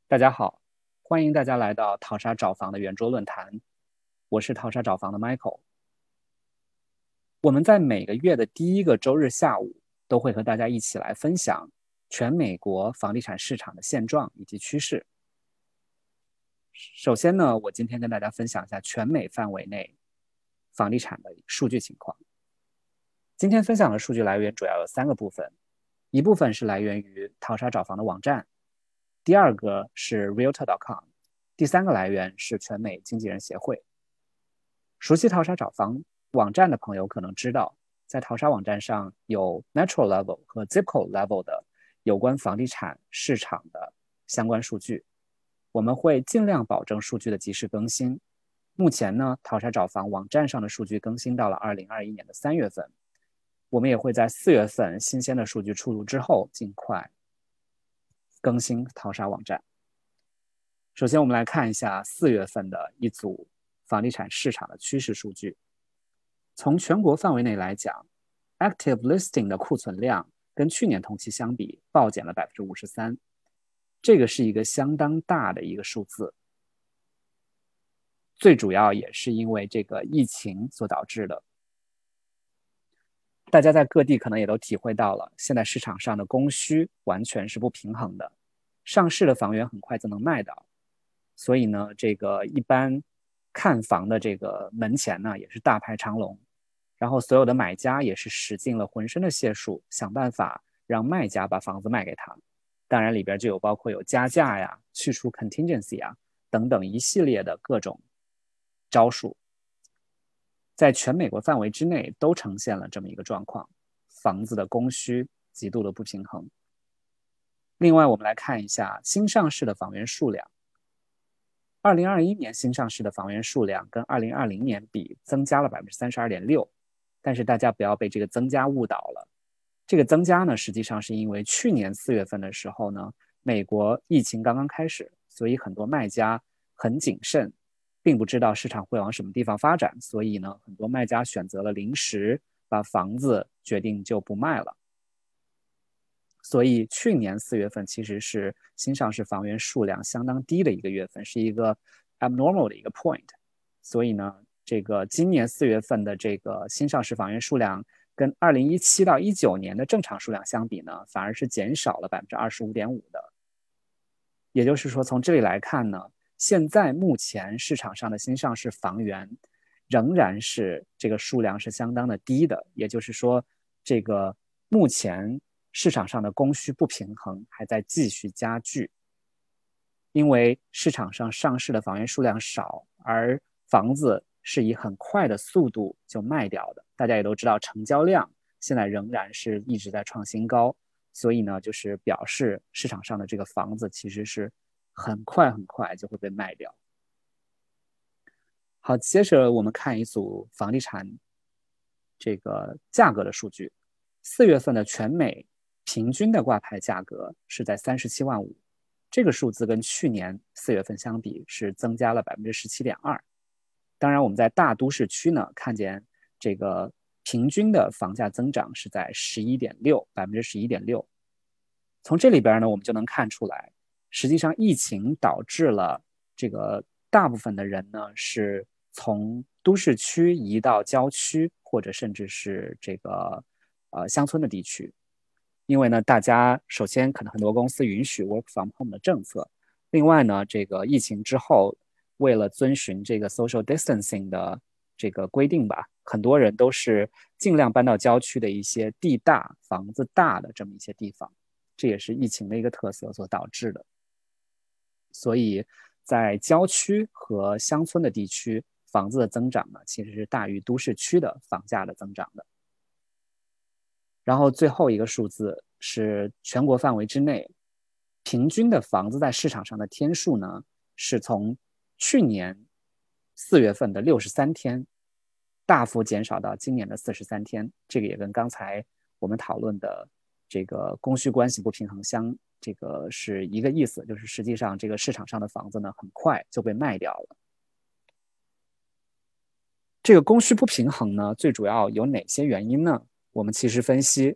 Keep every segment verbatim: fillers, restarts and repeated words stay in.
大家好，欢迎大家来到淘沙找房的圆桌论坛，我是淘沙找房的 Michael。我们在每个月的第一个周日下午都会和大家一起来分享全美国房地产市场的现状以及趋势。首先呢，我今天跟大家分享一下全美范围内房地产的数据情况。今天分享的数据来源主要有三个部分，一部分是来源于淘沙找房的网站，第二个是 realtor 点 com， 第三个来源是全美经纪人协会。熟悉淘沙找房网站的朋友可能知道，在淘沙网站上有 Metro Level 和 Zip Code Level 的有关房地产市场的相关数据，我们会尽量保证数据的及时更新。目前呢，淘沙找房网站上的数据更新到了二零二一年的三月份，我们也会在四月份新鲜的数据出炉之后尽快更新淘沙网站。首先我们来看一下四月份的一组房地产市场的趋势数据。从全国范围内来讲， active listing 的库存量跟去年同期相比暴减了 百分之五十三， 这个是一个相当大的一个数字，最主要也是因为这个疫情所导致的。大家在各地可能也都体会到了，现在市场上的供需完全是不平衡的，上市的房源很快就能卖到，所以呢，这个一般看房的这个门前呢也是大排长龙，然后所有的买家也是使尽了浑身的解数，想办法让卖家把房子卖给他。当然里边就有包括有加价呀、去除 contingency 啊等等一系列的各种招数，在全美国范围之内都呈现了这么一个状况，房子的供需极度的不平衡。另外我们来看一下新上市的房源数量，二零二一年新上市的房源数量跟二零二零年比增加了 百分之三十二点六， 但是大家不要被这个增加误导了，这个增加呢实际上是因为去年四月份的时候呢，美国疫情刚刚开始，所以很多卖家很谨慎，并不知道市场会往什么地方发展，所以呢很多卖家选择了临时把房子决定就不卖了。所以去年四月份其实是新上市房源数量相当低的一个月份，是一个 abnormal 的一个 point。所以呢，这个今年四月份的这个新上市房源数量跟二零一七到一九年的正常数量相比呢，反而是减少了 百分之二十五点五 的。也就是说，从这里来看呢，现在目前市场上的新上市房源仍然是这个数量是相当的低的，也就是说，这个目前市场上的供需不平衡还在继续加剧，因为市场上上市的房源数量少，而房子是以很快的速度就卖掉的。大家也都知道，成交量现在仍然是一直在创新高，所以呢，就是表示市场上的这个房子其实是很快很快就会被卖掉。好，接着我们看一组房地产这个价格的数据。四月份的全美平均的挂牌价格是在三十七万五，这个数字跟去年四月份相比是增加了百分之十七点二。当然，我们在大都市区呢，看见这个平均的房价增长是在十一点六，百分之十一点六。从这里边呢，我们就能看出来，实际上疫情导致了这个大部分的人呢是从都市区移到郊区，或者甚至是这个呃乡村的地区。因为呢，大家首先可能很多公司允许 work from home 的政策，另外呢，这个疫情之后，为了遵循这个 social distancing 的这个规定吧，很多人都是尽量搬到郊区的一些地大、房子大的这么一些地方，这也是疫情的一个特色所导致的。所以在郊区和乡村的地区，房子的增长呢，其实是大于都市区的房价的增长的。然后最后一个数字是全国范围之内平均的房子在市场上的天数呢，是从去年四月份的六十三天大幅减少到今年的四十三天。这个也跟刚才我们讨论的这个供需关系不平衡相这个是一个意思，就是实际上这个市场上的房子呢，很快就被卖掉了。这个供需不平衡呢，最主要有哪些原因呢？我们其实分析，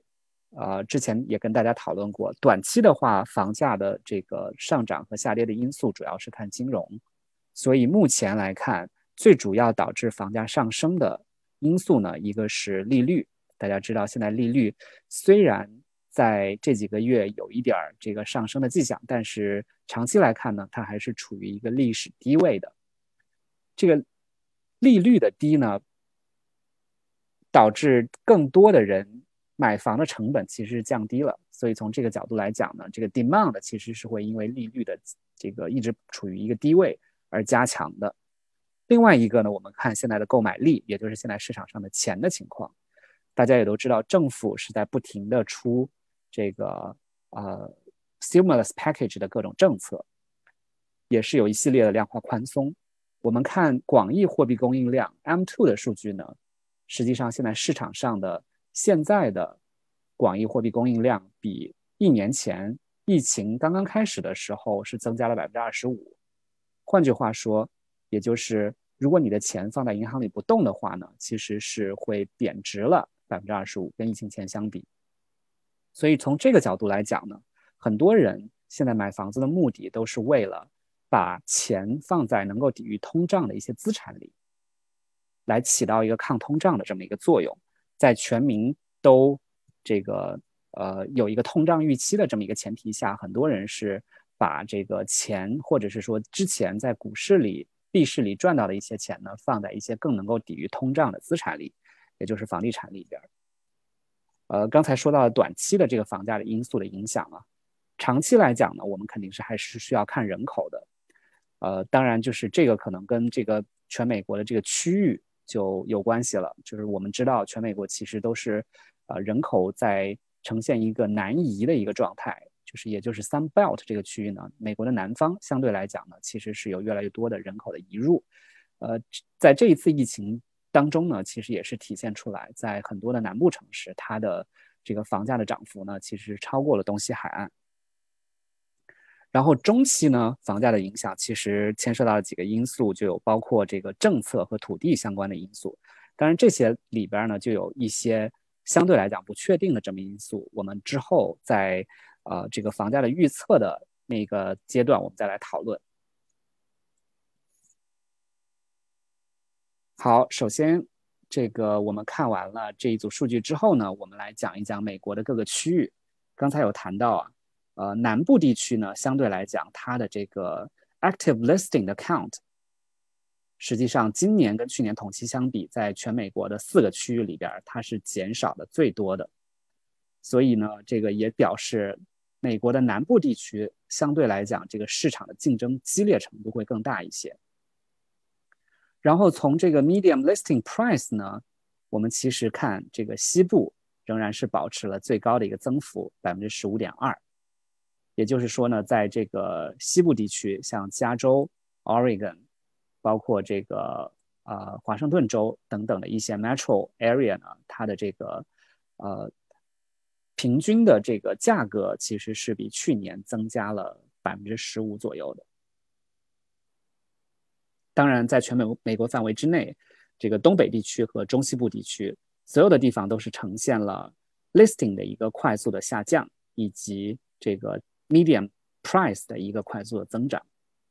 呃，之前也跟大家讨论过，短期的话，房价的这个上涨和下跌的因素主要是看金融，所以目前来看，最主要导致房价上升的因素呢，一个是利率。大家知道，现在利率虽然在这几个月有一点这个上升的迹象，但是长期来看呢，它还是处于一个历史低位的。这个利率的低呢，导致更多的人买房的成本其实是降低了，所以从这个角度来讲呢，这个 demand 其实是会因为利率的这个一直处于一个低位而加强的。另外一个呢，我们看现在的购买力，也就是现在市场上的钱的情况。大家也都知道，政府是在不停的出这个呃 stimulus package 的各种政策，也是有一系列的量化宽松。我们看广义货币供应量 M 二 的数据呢，实际上现在市场上的现在的广义货币供应量比一年前疫情刚刚开始的时候是增加了百分之二十五。换句话说，也就是如果你的钱放在银行里不动的话呢，其实是会贬值了百分之二十五，跟疫情前相比。所以从这个角度来讲呢，很多人现在买房子的目的都是为了把钱放在能够抵御通胀的一些资产里，来起到一个抗通胀的这么一个作用。在全民都这个呃有一个通胀预期的这么一个前提下，很多人是把这个钱，或者是说之前在股市里、币市里赚到的一些钱呢，放在一些更能够抵御通胀的资产里，也就是房地产里边。呃，刚才说到了短期的这个房价的因素的影响啊，长期来讲呢，我们肯定是还是需要看人口的。呃，当然就是这个可能跟这个全美国的这个区域就有关系了。就是我们知道全美国其实都是呃人口在呈现一个南移的一个状态，就是也就是 Sun Belt 这个区域呢，美国的南方相对来讲呢，其实是有越来越多的人口的移入。呃，在这一次疫情当中呢，其实也是体现出来，在很多的南部城市，它的这个房价的涨幅呢，其实超过了东西海岸。然后中期呢，房价的影响其实牵涉到了几个因素，就有包括这个政策和土地相关的因素。当然，这些里边呢，就有一些相对来讲不确定的这么因素。我们之后在呃这个房价的预测的那个阶段，我们再来讨论。好，首先这个我们看完了这一组数据之后呢，我们来讲一讲美国的各个区域。刚才有谈到啊，呃，南部地区呢，相对来讲，它的这个 active listing 的 count， 实际上今年跟去年同期相比，在全美国的四个区域里边，它是减少的最多的。所以呢，这个也表示美国的南部地区相对来讲，这个市场的竞争激烈程度会更大一些。然后从这个 medium listing price 呢，我们其实看这个西部仍然是保持了最高的一个增幅，百分之十五点二。也就是说呢，在这个西部地区，像加州、Oregon， 包括这个呃华盛顿州等等的一些 metro area 呢，它的这个呃平均的这个价格其实是比去年增加了百分之十五左右的。当然，在全美美国范围之内，这个东北地区和中西部地区，所有的地方都是呈现了 listing 的一个快速的下降，以及这个 medium price 的一个快速的增长。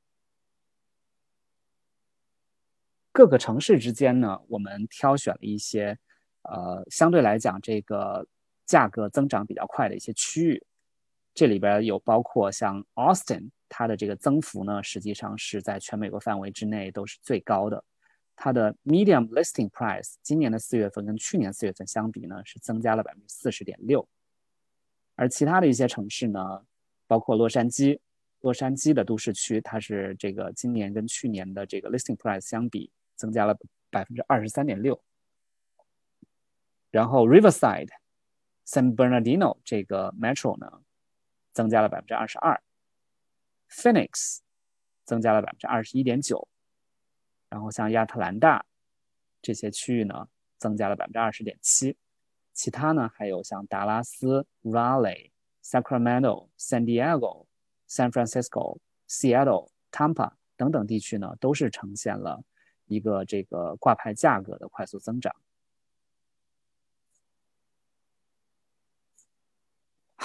各个城市之间呢，我们挑选了一些，呃，相对来讲这个价格增长比较快的一些区域。这里边有包括像 Austin， 它的这个增幅呢，实际上是在全美国范围之内都是最高的。它的 medium listing price 今年的四月份跟去年四月份相比呢，是增加了百分之四十点六。而其他的一些城市呢，包括洛杉矶，洛杉矶的都市区，它是这个今年跟去年的这个 listing price 相比增加了百分之二十三点六。然后 Riverside、San Bernardino 这个 metro 呢，增加了百分之二十二 ，Phoenix 增加了百分之二十一点九，然后像亚特兰大这些区域呢，增加了百分之二十点七，其他呢还有像达拉斯、Raleigh、Sacramento、San Diego、San Francisco、Seattle、Tampa 等等地区呢，都是呈现了一个这个挂牌价格的快速增长。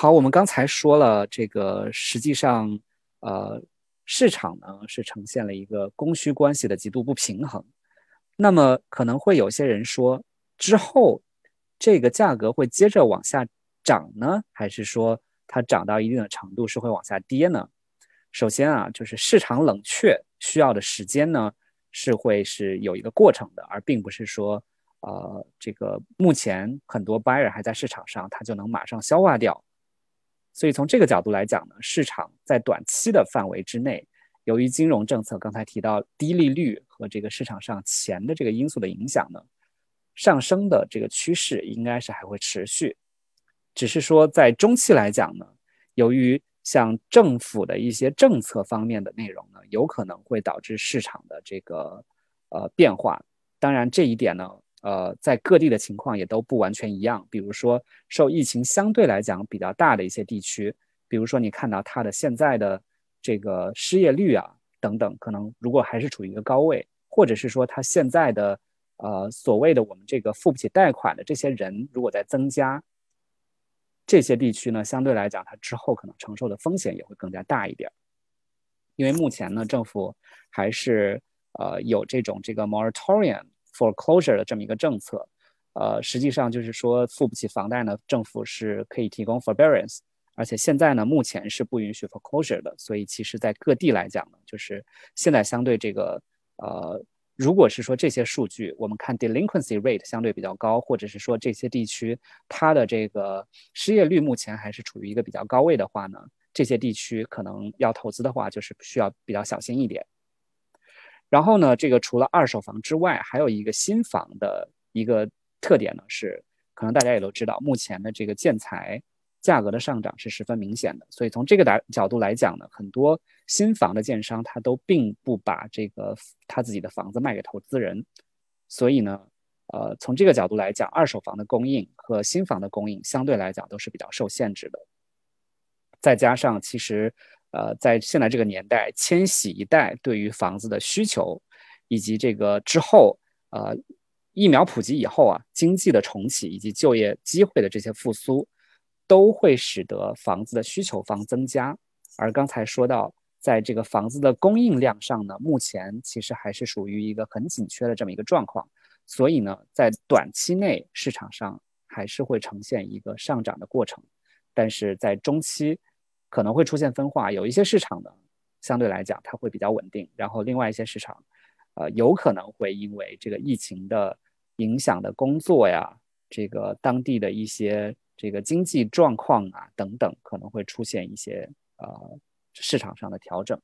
好，我们刚才说了，这个实际上，呃，市场呢是呈现了一个供需关系的极度不平衡。那么可能会有些人说，之后这个价格会接着往下涨呢，还是说它涨到一定的程度是会往下跌呢？首先啊，就是市场冷却需要的时间呢，是会是有一个过程的，而并不是说，呃，这个目前很多 buyer 还在市场上，它就能马上消化掉。所以从这个角度来讲呢，市场在短期的范围之内，由于金融政策刚才提到低利率和这个市场上钱的这个因素的影响呢，上升的这个趋势应该是还会持续。只是说在中期来讲呢，由于像政府的一些政策方面的内容呢，有可能会导致市场的这个呃变化。当然这一点呢，呃，在各地的情况也都不完全一样。比如说，受疫情相对来讲比较大的一些地区，比如说你看到它的现在的这个失业率啊等等，可能如果还是处于一个高位，或者是说它现在的呃所谓的我们这个付不起贷款的这些人如果在增加，这些地区呢相对来讲它之后可能承受的风险也会更加大一点。因为目前呢政府还是呃有这种这个 moratorium foreclosure 的这么一个政策，呃，实际上就是说付不起房贷呢，政府是可以提供 forbearance， 而且现在呢，目前是不允许 foreclosure 的，所以其实在各地来讲呢，就是现在相对这个呃，如果是说这些数据，我们看 delinquency rate 相对比较高，或者是说这些地区它的这个失业率目前还是处于一个比较高位的话呢，这些地区可能要投资的话，就是需要比较小心一点。然后呢，这个除了二手房之外，还有一个新房的一个特点呢是，可能大家也都知道，目前的这个建材价格的上涨是十分明显的。所以从这个角度来讲呢，很多新房的建商他都并不把这个他自己的房子卖给投资人。所以呢，呃，从这个角度来讲，二手房的供应和新房的供应相对来讲都是比较受限制的。再加上其实呃，在现在这个年代，千禧一代对于房子的需求，以及这个之后，呃，疫苗普及以后啊，经济的重启以及就业机会的这些复苏，都会使得房子的需求方增加。而刚才说到，在这个房子的供应量上呢，目前其实还是属于一个很紧缺的这么一个状况。所以呢，在短期内市场上还是会呈现一个上涨的过程，但是在中期，可能会出现分化，有一些市场呢，相对来讲它会比较稳定，然后另外一些市场，呃，有可能会因为这个疫情的影响的工作呀，这个当地的一些这个经济状况啊等等，可能会出现一些呃市场上的调整。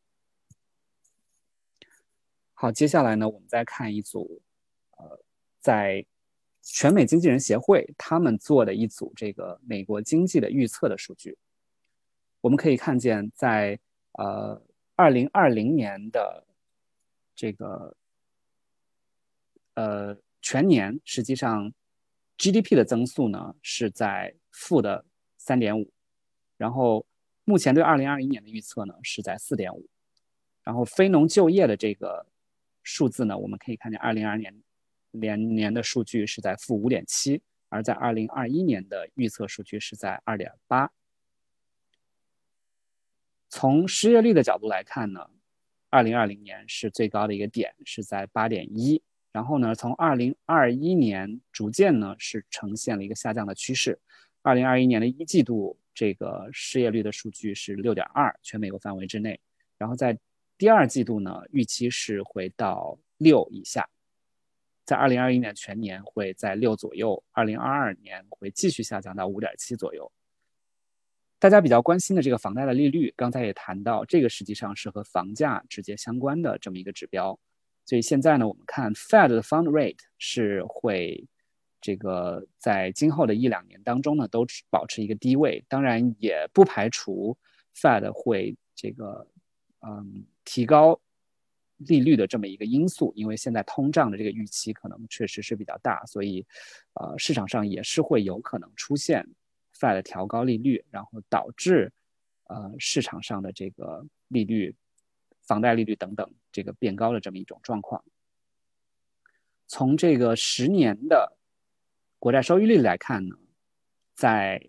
好，接下来呢，我们再看一组，呃，在全美经纪人协会他们做的一组这个美国经济的预测的数据。我们可以看见在，在呃二零二零年的这个呃全年，实际上 G D P 的增速呢是在负的三点五，然后目前对二零二一年的预测呢是在四点五，然后非农就业的这个数字呢，我们可以看见二零二二年连年的数据是在负五点七，而在二零二一年的预测数据是在二点八。从失业率的角度来看呢，二零二零年是最高的一个点，是在八点一。然后呢，从二零二一年逐渐呢是呈现了一个下降的趋势。二零二一年的一季度这个失业率的数据是六点二，全美国范围之内。然后在第二季度呢，预期是回到六以下。在二零二一年全年会在六左右，二零二二年会继续下降到五点七左右。大家比较关心的这个房贷的利率，刚才也谈到，这个实际上是和房价直接相关的这么一个指标。所以现在呢，我们看 Fed 的 Fund Rate 是会这个在今后的一两年当中呢，都保持一个低位。当然，也不排除 Fed 会这个嗯提高利率的这么一个因素，因为现在通胀的这个预期可能确实是比较大，所以呃市场上也是会有可能出现Fed 调高利率，然后导致呃市场上的这个利率、房贷利率等等这个变高的这么一种状况。从这个十年的国债收益率来看呢，在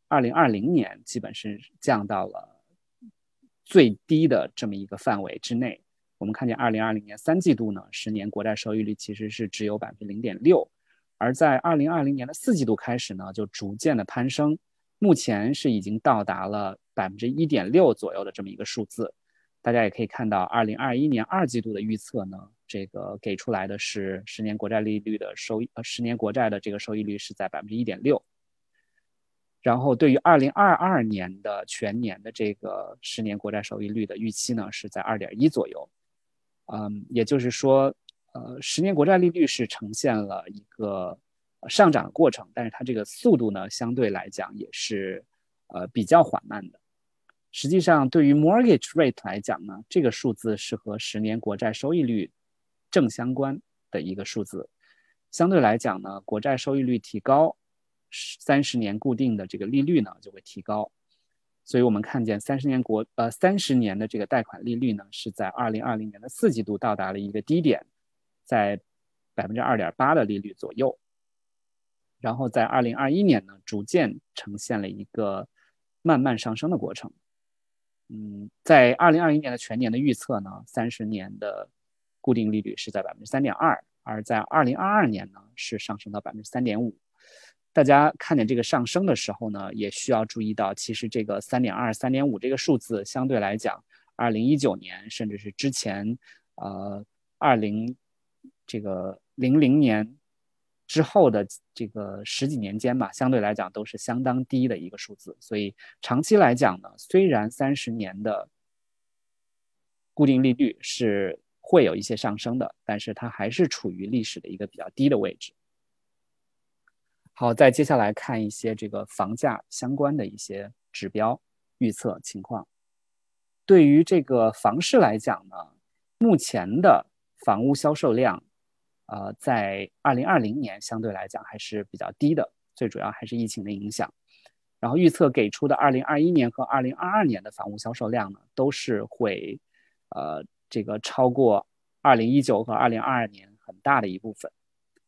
二零二零年基本是降到了最低的这么一个范围之内。我们看见二零二零年三季度呢，十年国债收益率其实是只有百分之零点六，而在二零二零年的四季度开始呢，就逐渐的攀升，目前是已经到达了百分之一点六左右的这么一个数字。大家也可以看到，二零二一年二季度的预测呢，这个给出来的是十年国债利率的收益，呃，十年国债的这个收益率是在百分之一点六。然后对于二零二二年的全年的这个十年国债收益率的预期呢，是在二点一左右。嗯，也就是说，呃，十年国债利率是呈现了一个上涨的过程，但是它这个速度呢，相对来讲也是呃比较缓慢的。实际上，对于 mortgage rate 来讲呢，这个数字是和十年国债收益率正相关的一个数字。相对来讲呢，国债收益率提高，三十年固定的这个利率呢就会提高。所以我们看见三十年国呃三十年的这个贷款利率呢，是在二零二零年的四季度到达了一个低点，在百分之二点八的利率左右。然后在二零二一年呢，逐渐呈现了一个慢慢上升的过程。嗯，在二零二一年的全年的预测呢，三十年的固定利率是在百分之三点二，而在二零二二年呢是上升到百分之三点五。大家看见这个上升的时候呢，也需要注意到，其实这个三点二、三点五这个数字相对来讲，二零一九年甚至是之前呃二零这个零零年之后的这个十几年间吧，相对来讲都是相当低的一个数字。所以长期来讲呢，虽然三十年的固定利率是会有一些上升的，但是它还是处于历史的一个比较低的位置。好，再接下来看一些这个房价相关的一些指标预测情况。对于这个房市来讲呢，目前的房屋销售量呃，在二零二零年相对来讲还是比较低的，最主要还是疫情的影响。然后预测给出的二零二一年和二零二二年的房屋销售量呢，都是会呃这个超过二零一九和二零二二年很大的一部分。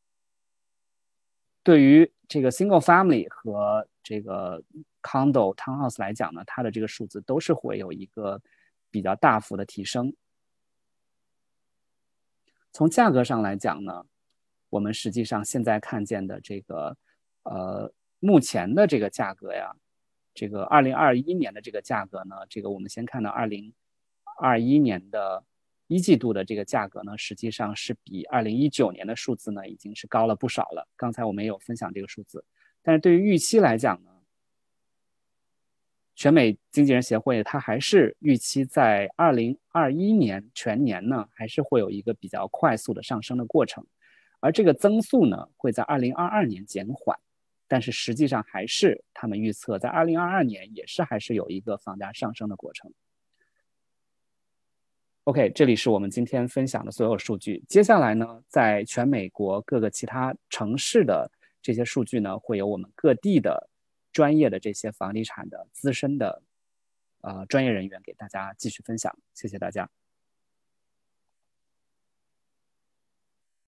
对于这个 single family 和这个 condo townhouse 来讲呢，它的这个数字都是会有一个比较大幅的提升。从价格上来讲呢，我们实际上现在看见的这个呃目前的这个价格呀，这个二零二一年的这个价格呢，这个我们先看到二零二一年的一季度的这个价格呢，实际上是比二零一九年的数字呢已经是高了不少了。刚才我们也有分享这个数字，但是对于预期来讲呢，全美经纪人协会它还是预期在二零二一年全年呢，还是会有一个比较快速的上升的过程，而这个增速呢会在二零二二年减缓，但是实际上还是他们预测在二零二二年也是还是有一个房价上升的过程。OK， 这里是我们今天分享的所有数据。接下来呢，在全美国各个其他城市的这些数据呢，会有我们各地的专业的这些房地产的资深的呃专业人员给大家继续分享。谢谢大家。